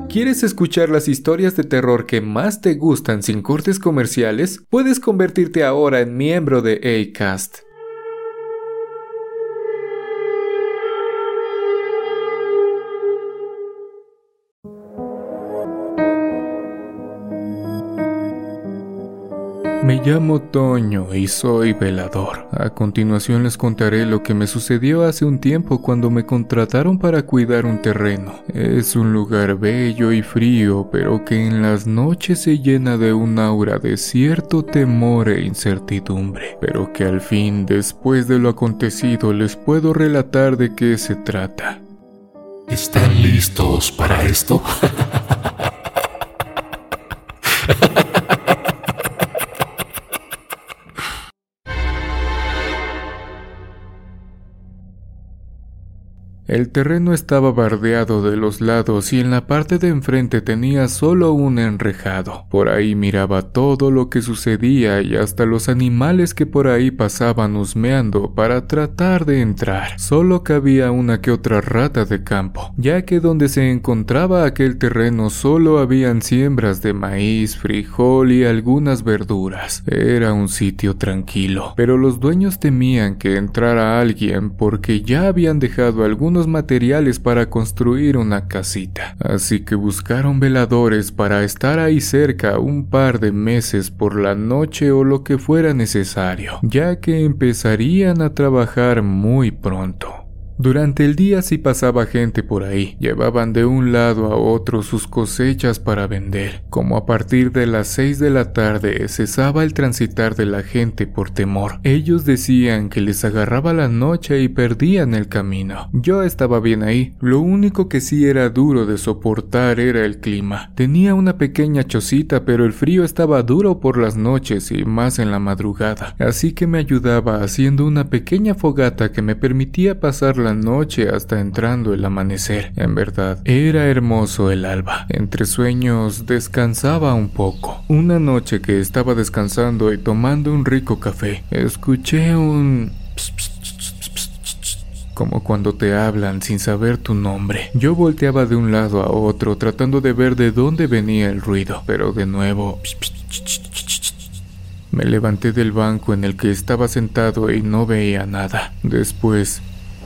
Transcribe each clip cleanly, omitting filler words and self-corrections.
¿Quieres escuchar las historias de terror que más te gustan sin cortes comerciales? Puedes convertirte ahora en miembro de Acast. Me llamo Toño y soy velador. A continuación les contaré lo que me sucedió hace un tiempo cuando me contrataron para cuidar un terreno. Es un lugar bello y frío, pero que en las noches se llena de un aura de cierto temor e incertidumbre. Pero que al fin, después de lo acontecido, les puedo relatar de qué se trata. ¿Están listos para esto? El terreno estaba bardeado de los lados y en la parte de enfrente tenía solo un enrejado. Por ahí miraba todo lo que sucedía y hasta los animales que por ahí pasaban husmeando para tratar de entrar. Solo cabía una que otra rata de campo, ya que donde se encontraba aquel terreno solo habían siembras de maíz, frijol y algunas verduras. Era un sitio tranquilo, pero los dueños temían que entrara alguien porque ya habían dejado algunos materiales para construir una casita, así que buscaron veladores para estar ahí cerca un par de meses por la noche o lo que fuera necesario, ya que empezarían a trabajar muy pronto. Durante el día sí pasaba gente por ahí, llevaban de un lado a otro sus cosechas para vender. Como a partir de las 6 de la tarde cesaba el transitar de la gente por temor. Ellos decían que les agarraba la noche y perdían el camino. Yo estaba bien ahí, lo único que sí era duro de soportar era el clima. Tenía una pequeña chocita, pero el frío estaba duro por las noches y más en la madrugada, así que me ayudaba haciendo una pequeña fogata que me permitía pasar la noche hasta entrando el amanecer. En verdad, era hermoso el alba. Entre sueños descansaba un poco. Una noche que estaba descansando y tomando un rico café, escuché un como cuando te hablan sin saber tu nombre. Yo volteaba de un lado a otro tratando de ver de dónde venía el ruido, pero de nuevo me levanté del banco en el que estaba sentado y no veía nada. Después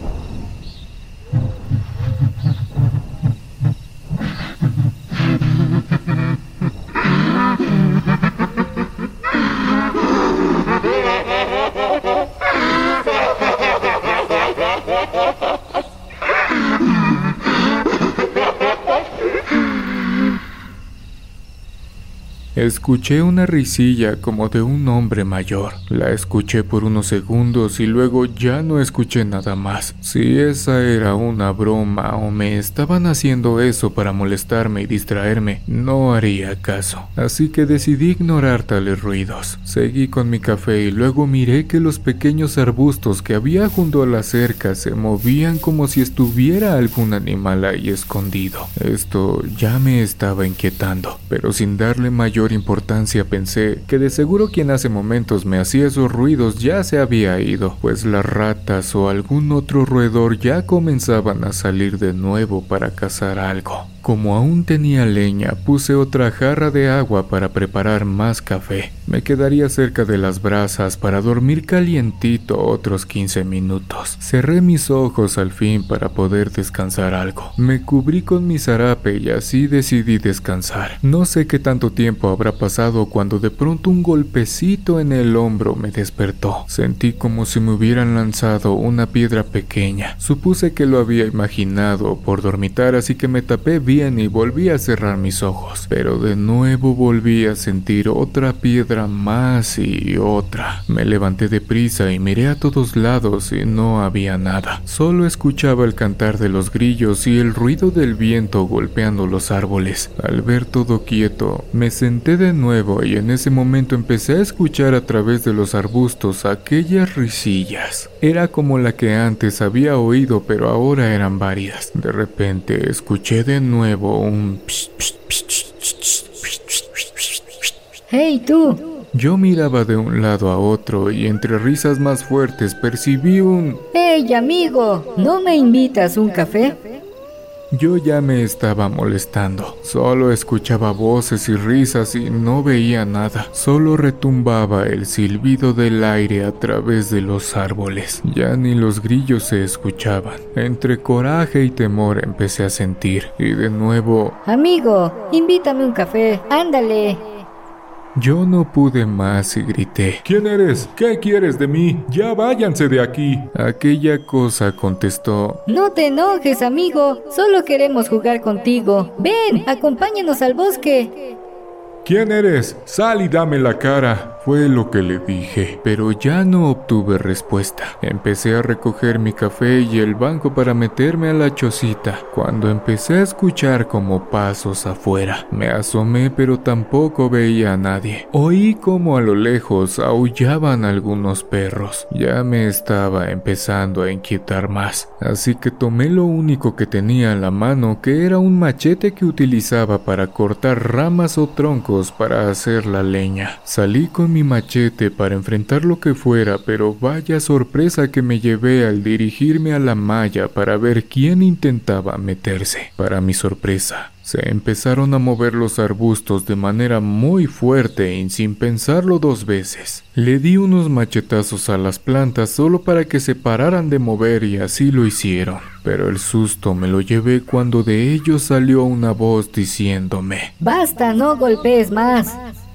escuché una risilla como de un hombre mayor. La escuché por unos segundos y luego ya no escuché nada más. Si esa era una broma o me estaban haciendo eso para molestarme y distraerme, no haría caso. Así que decidí ignorar tales ruidos. Seguí con mi café y luego miré que los pequeños arbustos que había junto a la cerca se movían como si estuviera algún animal ahí escondido. Esto ya me estaba inquietando, pero sin darle mayor importancia pensé que de seguro quien hace momentos me hacía esos ruidos ya se había ido, pues las ratas o algún otro roedor ya comenzaban a salir de nuevo para cazar algo. Como aún tenía leña, puse otra jarra de agua para preparar más café. Me quedaría cerca de las brasas para dormir calientito otros 15 minutos. Cerré mis ojos al fin para poder descansar algo. Me cubrí con mi zarape y así decidí descansar. No sé qué tanto tiempo habrá pasado cuando de pronto un golpecito en el hombro me despertó. Sentí como si me hubieran lanzado una piedra pequeña. Supuse que lo había imaginado por dormitar, así que me tapé bien y volví a cerrar mis ojos, pero de nuevo volví a sentir otra piedra más y otra. Me levanté deprisa y miré a todos lados y no había nada. Solo escuchaba el cantar de los grillos y el ruido del viento golpeando los árboles. Al ver todo quieto, me senté de nuevo y en ese momento empecé a escuchar a través de los arbustos aquellas risillas. Era como la que antes había oído, pero ahora eran varias. De repente escuché de nuevo un ¡Hey, tú! Yo miraba de un lado a otro y entre risas más fuertes percibí un ¡Hey, amigo! ¿No me invitas un café? Yo ya me estaba molestando. Solo escuchaba voces y risas y no veía nada. Solo retumbaba el silbido del aire a través de los árboles. Ya ni los grillos se escuchaban. Entre coraje y temor empecé a sentir. Y de nuevo... Amigo, invítame un café. Ándale. Yo no pude más y grité. ¿Quién eres? ¿Qué quieres de mí? Ya váyanse de aquí. Aquella cosa contestó. No te enojes, amigo. Solo queremos jugar contigo. Ven, acompáñanos al bosque. ¿Quién eres? Sal y dame la cara. Fue lo que le dije, pero ya no obtuve respuesta. Empecé a recoger mi café y el banco para meterme a la chocita, cuando empecé a escuchar como pasos afuera. Me asomé, pero tampoco veía a nadie. Oí como a lo lejos aullaban algunos perros. Ya me estaba empezando a inquietar más, así que tomé lo único que tenía en la mano, que era un machete que utilizaba para cortar ramas o troncos para hacer la leña. Salí con mi machete para enfrentar lo que fuera, pero vaya sorpresa que me llevé al dirigirme a la malla para ver quién intentaba meterse. Para mi sorpresa, se empezaron a mover los arbustos de manera muy fuerte y sin pensarlo dos veces. Le di unos machetazos a las plantas solo para que se pararan de mover y así lo hicieron. Pero el susto me lo llevé cuando de ellos salió una voz diciéndome: Basta, no golpees más.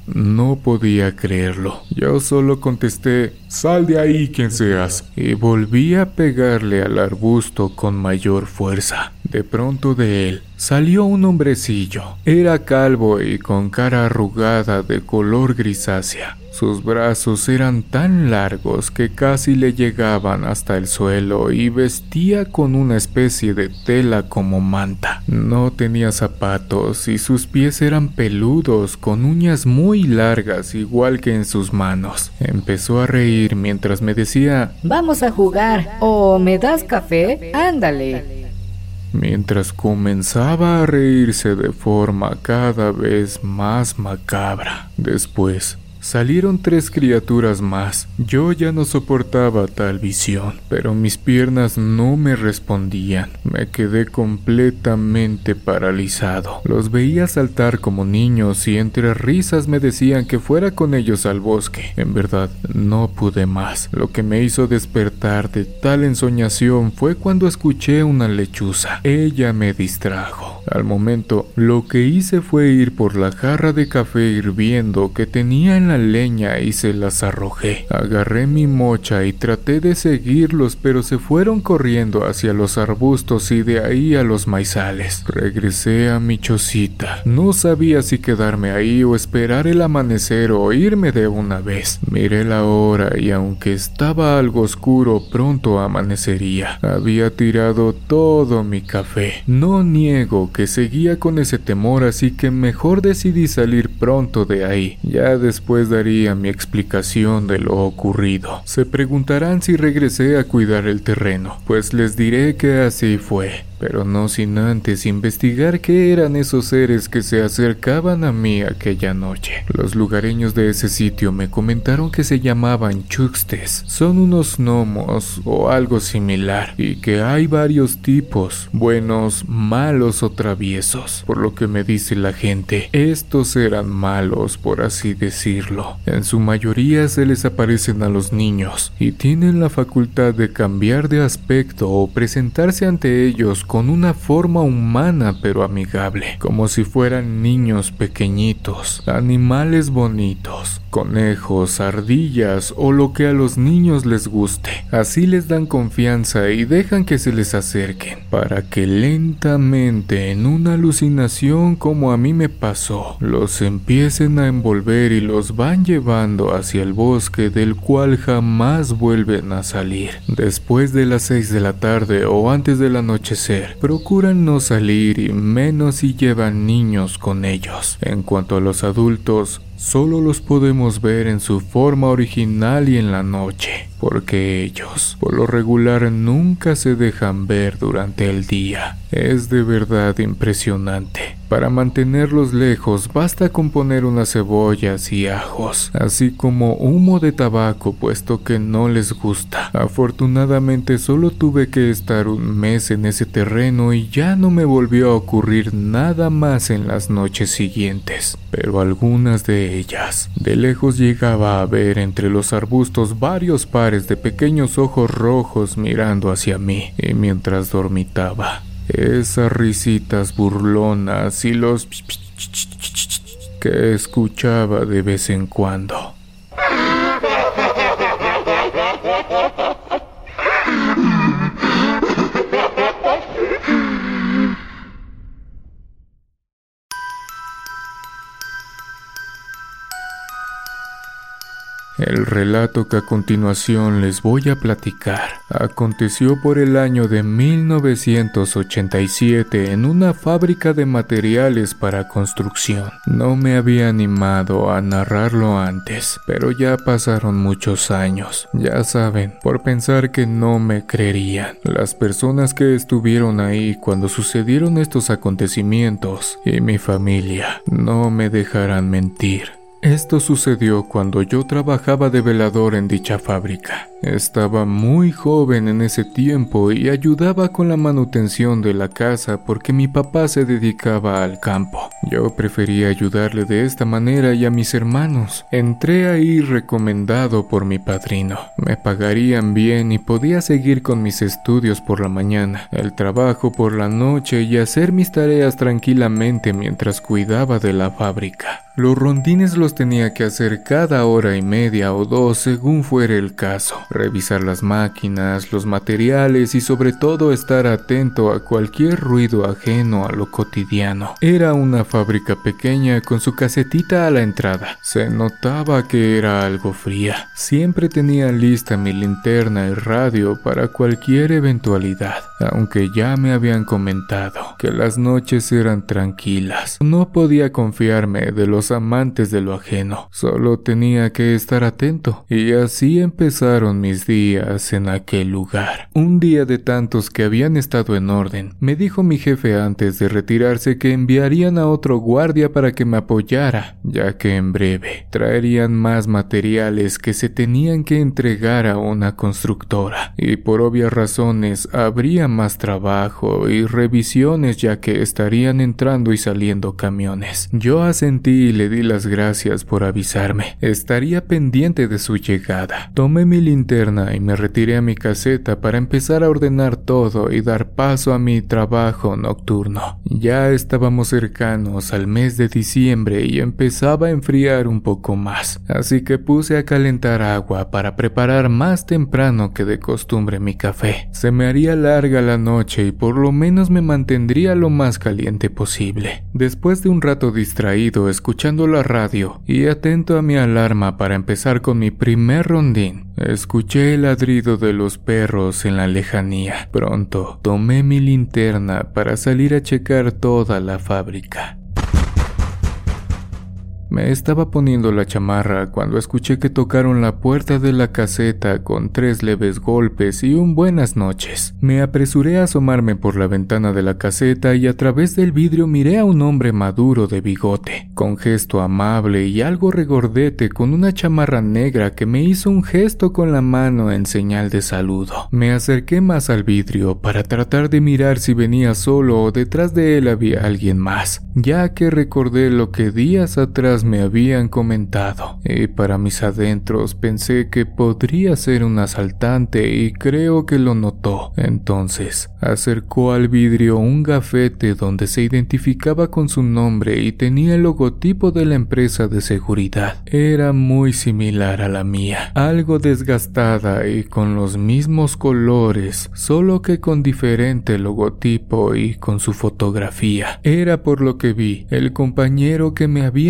No podía creerlo. Yo solo contesté: sal de ahí quien seas. Y volví a pegarle al arbusto con mayor fuerza. De pronto de él salió un hombrecillo. Era calvo y con cara arrugada de color grisácea. Sus brazos eran tan largos que casi le llegaban hasta el suelo y vestía con una especie de tela como manta. No tenía zapatos y sus pies eran peludos con uñas muy largas igual que en sus manos. Empezó a reír mientras me decía: Vamos a jugar. ¿O me das café? Ándale. Mientras comenzaba a reírse de forma cada vez más macabra. Después salieron 3 criaturas más. Yo ya no soportaba tal visión, pero mis piernas no me respondían. Me quedé completamente paralizado. Los veía saltar como niños y entre risas me decían que fuera con ellos al bosque. En verdad, no pude más. Lo que me hizo despertar de tal ensoñación fue cuando escuché una lechuza. Ella me distrajo. Al momento, lo que hice fue ir por la jarra de café hirviendo que tenía en la leña y se las arrojé. Agarré mi mocha y traté de seguirlos, pero se fueron corriendo hacia los arbustos y de ahí a los maizales. Regresé a mi chocita. No sabía si quedarme ahí o esperar el amanecer o irme de una vez. Miré la hora y aunque estaba algo oscuro, pronto amanecería. Había tirado todo mi café. No niego que seguía con ese temor, así que mejor decidí salir pronto de ahí. Ya después daría mi explicación de lo ocurrido. Se preguntarán si regresé a cuidar el terreno, pues les diré que así fue. Pero no sin antes investigar qué eran esos seres que se acercaban a mí aquella noche. Los lugareños de ese sitio me comentaron que se llamaban chuxtes. Son unos gnomos o algo similar, y que hay varios tipos, buenos, malos o traviesos. Por lo que me dice la gente, estos eran malos, por así decirlo. En su mayoría se les aparecen a los niños, y tienen la facultad de cambiar de aspecto o presentarse ante ellos con una forma humana pero amigable, como si fueran niños pequeñitos, animales bonitos, conejos, ardillas o lo que a los niños les guste. Así les dan confianza y dejan que se les acerquen, para que lentamente, en una alucinación como a mí me pasó, los empiecen a envolver y los van llevando hacia el bosque del cual jamás vuelven a salir. Después de las 6 de la tarde o antes del anochecer, procuran no salir y menos si llevan niños con ellos. En cuanto a los adultos, solo los podemos ver en su forma original y en la noche, porque ellos, por lo regular, nunca se dejan ver durante el día. Es de verdad impresionante. Para mantenerlos lejos basta con poner unas cebollas y ajos, así como humo de tabaco, puesto que no les gusta. Afortunadamente solo tuve que estar un mes en ese terreno y ya no me volvió a ocurrir nada más en las noches siguientes. Pero algunas de ellas, de lejos llegaba a ver entre los arbustos varios pares de pequeños ojos rojos mirando hacia mí, y mientras dormitaba, esas risitas burlonas y los que escuchaba de vez en cuando. El relato que a continuación les voy a platicar aconteció por el año de 1987 en una fábrica de materiales para construcción. No me había animado a narrarlo antes, pero ya pasaron muchos años. Ya saben, por pensar que no me creerían. Las personas que estuvieron ahí cuando sucedieron estos acontecimientos y mi familia no me dejarán mentir. Esto sucedió cuando yo trabajaba de velador en dicha fábrica. Estaba muy joven en ese tiempo y ayudaba con la manutención de la casa porque mi papá se dedicaba al campo. Yo prefería ayudarle de esta manera y a mis hermanos. Entré ahí recomendado por mi padrino. Me pagarían bien y podía seguir con mis estudios por la mañana, el trabajo por la noche y hacer mis tareas tranquilamente mientras cuidaba de la fábrica. Los rondines los tenía que hacer cada hora y media o dos según fuera el caso. Revisar las máquinas, los materiales y sobre todo estar atento a cualquier ruido ajeno a lo cotidiano. Era una fábrica pequeña con su casetita a la entrada. Se notaba que era algo fría. Siempre tenía lista mi linterna y radio para cualquier eventualidad, aunque ya me habían comentado que las noches eran tranquilas. No podía confiarme de los amantes de lo ajeno, solo tenía que estar atento, y así empezaron mis días en aquel lugar. Un día de tantos que habían estado en orden, me dijo mi jefe antes de retirarse que enviarían a otro guardia para que me apoyara, ya que en breve traerían más materiales que se tenían que entregar a una constructora, y por obvias razones habría más trabajo y revisiones ya que estarían entrando y saliendo camiones. Yo asentí y le di las gracias por avisarme. Estaría pendiente de su llegada. Tomé mi linterna y me retiré a mi caseta para empezar a ordenar todo y dar paso a mi trabajo nocturno. Ya estábamos cercanos al mes de diciembre y empezaba a enfriar un poco más, así que puse a calentar agua para preparar más temprano que de costumbre mi café. Se me haría larga la noche y por lo menos me mantendría lo más caliente posible. Después de un rato distraído escuchando la radio y atento a mi alarma para empezar con mi primer rondín, escuché el ladrido de los perros en la lejanía. Pronto tomé mi linterna para salir a checar toda la fábrica. Me estaba poniendo la chamarra cuando escuché que tocaron la puerta de la caseta con 3 leves golpes y un buenas noches. Me apresuré a asomarme por la ventana de la caseta y a través del vidrio miré a un hombre maduro de bigote, con gesto amable y algo regordete, con una chamarra negra que me hizo un gesto con la mano en señal de saludo. Me acerqué más al vidrio para tratar de mirar si venía solo o detrás de él había alguien más, ya que recordé lo que días atrás me habían comentado, y para mis adentros pensé que podría ser un asaltante y creo que lo notó. Entonces acercó al vidrio un gafete donde se identificaba con su nombre y tenía el logotipo de la empresa de seguridad. Era muy similar a la mía, algo desgastada y con los mismos colores, solo que con diferente logotipo y con su fotografía. Era, por lo que vi, el compañero que me habían dicho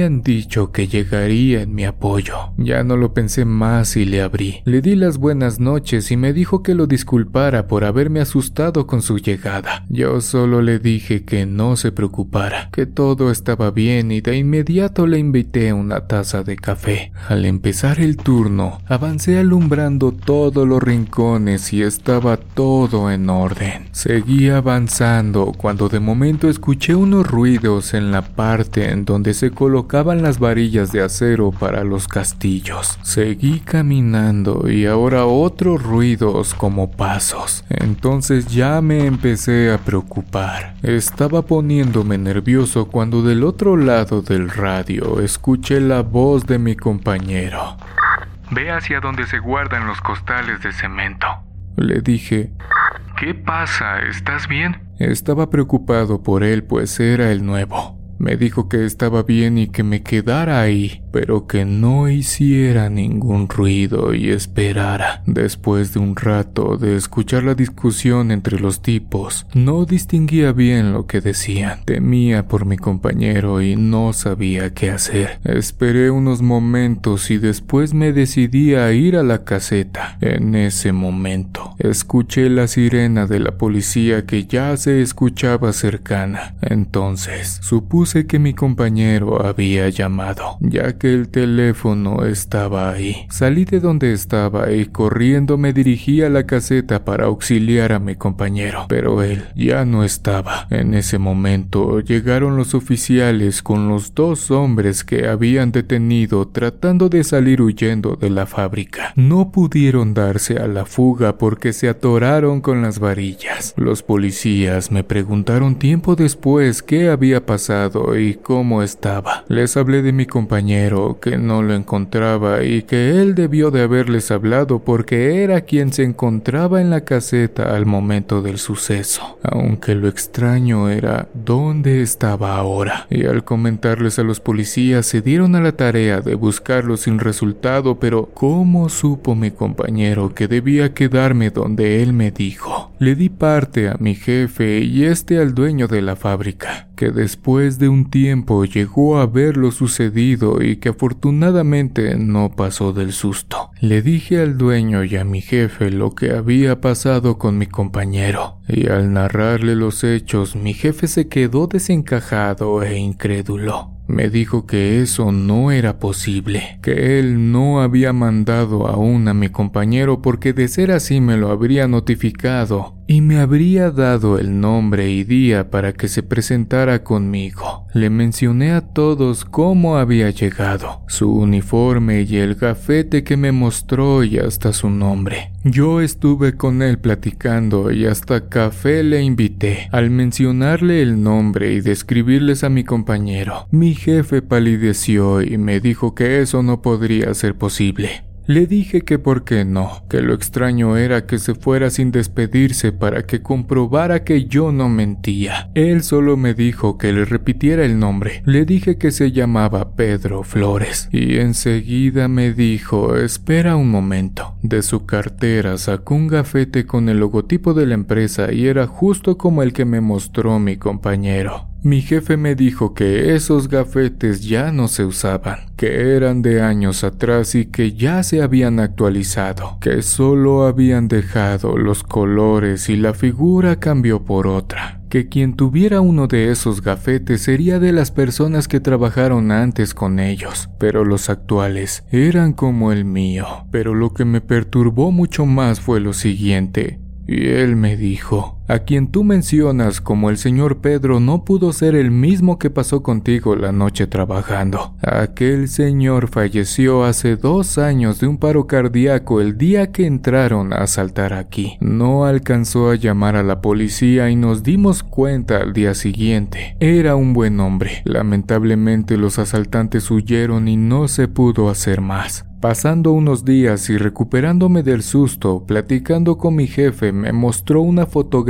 dicho que llegaría en mi apoyo. Ya no lo pensé más y le abrí. Le di las buenas noches y me dijo que lo disculpara por haberme asustado con su llegada. Yo solo le dije que no se preocupara, que todo estaba bien, y de inmediato le invité una taza de café. Al empezar el turno, avancé alumbrando todos los rincones y estaba todo en orden. Seguí avanzando cuando de momento escuché unos ruidos en la parte en donde se colocaban las varillas de acero para los castillos. Seguí caminando y ahora otros ruidos como pasos. Entonces ya me empecé a preocupar. Estaba poniéndome nervioso cuando del otro lado del radio escuché la voz de mi compañero. Ve hacia donde se guardan los costales de cemento. Le dije. ¿Qué pasa? ¿Estás bien? Estaba preocupado por él, pues era el nuevo. Me dijo que estaba bien y que me quedara ahí, pero que no hiciera ningún ruido y esperara. Después de un rato de escuchar la discusión entre los tipos, no distinguía bien lo que decían. Temía por mi compañero y no sabía qué hacer. Esperé unos momentos y después me decidí a ir a la caseta. En ese momento, escuché la sirena de la policía que ya se escuchaba cercana. Entonces, supuse que mi compañero había llamado, ya que el teléfono estaba ahí. Salí de donde estaba y corriendo me dirigí a la caseta para auxiliar a mi compañero, pero él ya no estaba. En ese momento llegaron los oficiales con los 2 hombres que habían detenido tratando de salir huyendo de la fábrica. No pudieron darse a la fuga porque se atoraron con las varillas. Los policías me preguntaron tiempo después qué había pasado y cómo estaba. Les hablé de mi compañero, que no lo encontraba y que él debió de haberles hablado porque era quien se encontraba en la caseta al momento del suceso. Aunque lo extraño era dónde estaba ahora. Y al comentarles a los policías se dieron a la tarea de buscarlo sin resultado, pero ¿cómo supo mi compañero que debía quedarme donde él me dijo? Le di parte a mi jefe y al dueño de la fábrica, que después de un tiempo llegó a ver lo sucedido y que afortunadamente no pasó del susto. Le dije al dueño y a mi jefe lo que había pasado con mi compañero, y al narrarle los hechos mi jefe se quedó desencajado e incrédulo. Me dijo que eso no era posible, que él no había mandado aún a mi compañero porque de ser así me lo habría notificado y me habría dado el nombre y día para que se presentara conmigo. Le mencioné a todos cómo había llegado, su uniforme y el gafete que me mostró y hasta su nombre. Yo estuve con él platicando y hasta café le invité. Al mencionarle el nombre y describirles a mi compañero, mi jefe palideció y me dijo que eso no podría ser posible. Le dije que por qué no, que lo extraño era que se fuera sin despedirse para que comprobara que yo no mentía. Él solo me dijo que le repitiera el nombre. Le dije que se llamaba Pedro Flores y enseguida me dijo, espera un momento. De su cartera sacó un gafete con el logotipo de la empresa y era justo como el que me mostró mi compañero. Mi jefe me dijo que esos gafetes ya no se usaban, que eran de años atrás y que ya se habían actualizado, que solo habían dejado los colores y la figura cambió por otra, que quien tuviera uno de esos gafetes sería de las personas que trabajaron antes con ellos, pero los actuales eran como el mío. Pero lo que me perturbó mucho más fue lo siguiente. Y él me dijo, a quien tú mencionas como el señor Pedro no pudo ser el mismo que pasó contigo la noche trabajando. Aquel señor falleció hace 2 años de un paro cardíaco el día que entraron a asaltar aquí. No alcanzó a llamar a la policía y nos dimos cuenta al día siguiente. Era un buen hombre. Lamentablemente los asaltantes huyeron y no se pudo hacer más. Pasando unos días y recuperándome del susto, platicando con mi jefe, me mostró una fotografía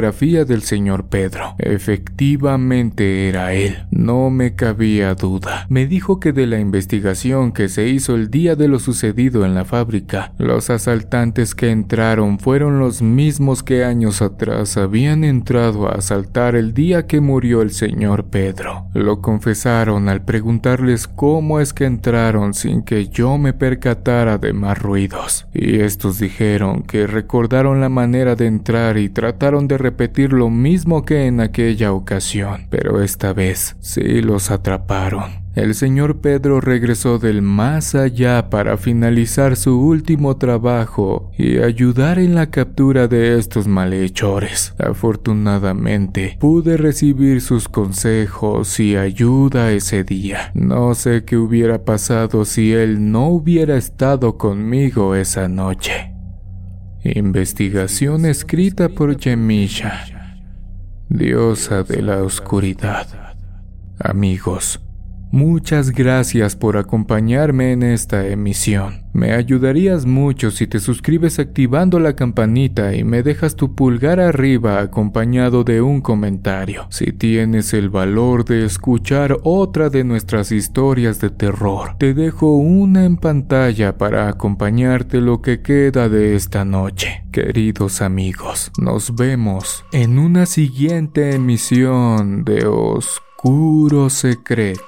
fotografía del señor Pedro. Efectivamente era él, no me cabía duda. Me dijo que de la investigación que se hizo el día de lo sucedido en la fábrica, los asaltantes que entraron fueron los mismos que años atrás habían entrado a asaltar el día que murió el señor Pedro. Lo confesaron al preguntarles cómo es que entraron sin que yo me percatara de más ruidos. Y estos dijeron que recordaron la manera de entrar y trataron de repetir lo mismo que en aquella ocasión, pero esta vez sí los atraparon. El señor Pedro regresó del más allá para finalizar su último trabajo y ayudar en la captura de estos malhechores. Afortunadamente, pude recibir sus consejos y ayuda ese día. No sé qué hubiera pasado si él no hubiera estado conmigo esa noche. Investigación escrita por Yemisha, diosa de la oscuridad. Amigos, muchas gracias por acompañarme en esta emisión. Me ayudarías mucho si te suscribes activando la campanita y me dejas tu pulgar arriba acompañado de un comentario. Si tienes el valor de escuchar otra de nuestras historias de terror, te dejo una en pantalla para acompañarte lo que queda de esta noche. Queridos amigos, nos vemos en una siguiente emisión de Oscuro Secreto.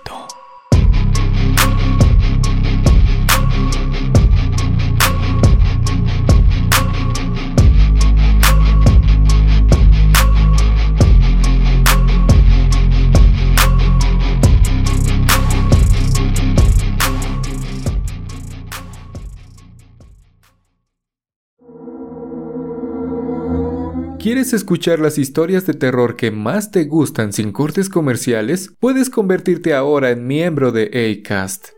¿Quieres escuchar las historias de terror que más te gustan sin cortes comerciales? Puedes convertirte ahora en miembro de Acast.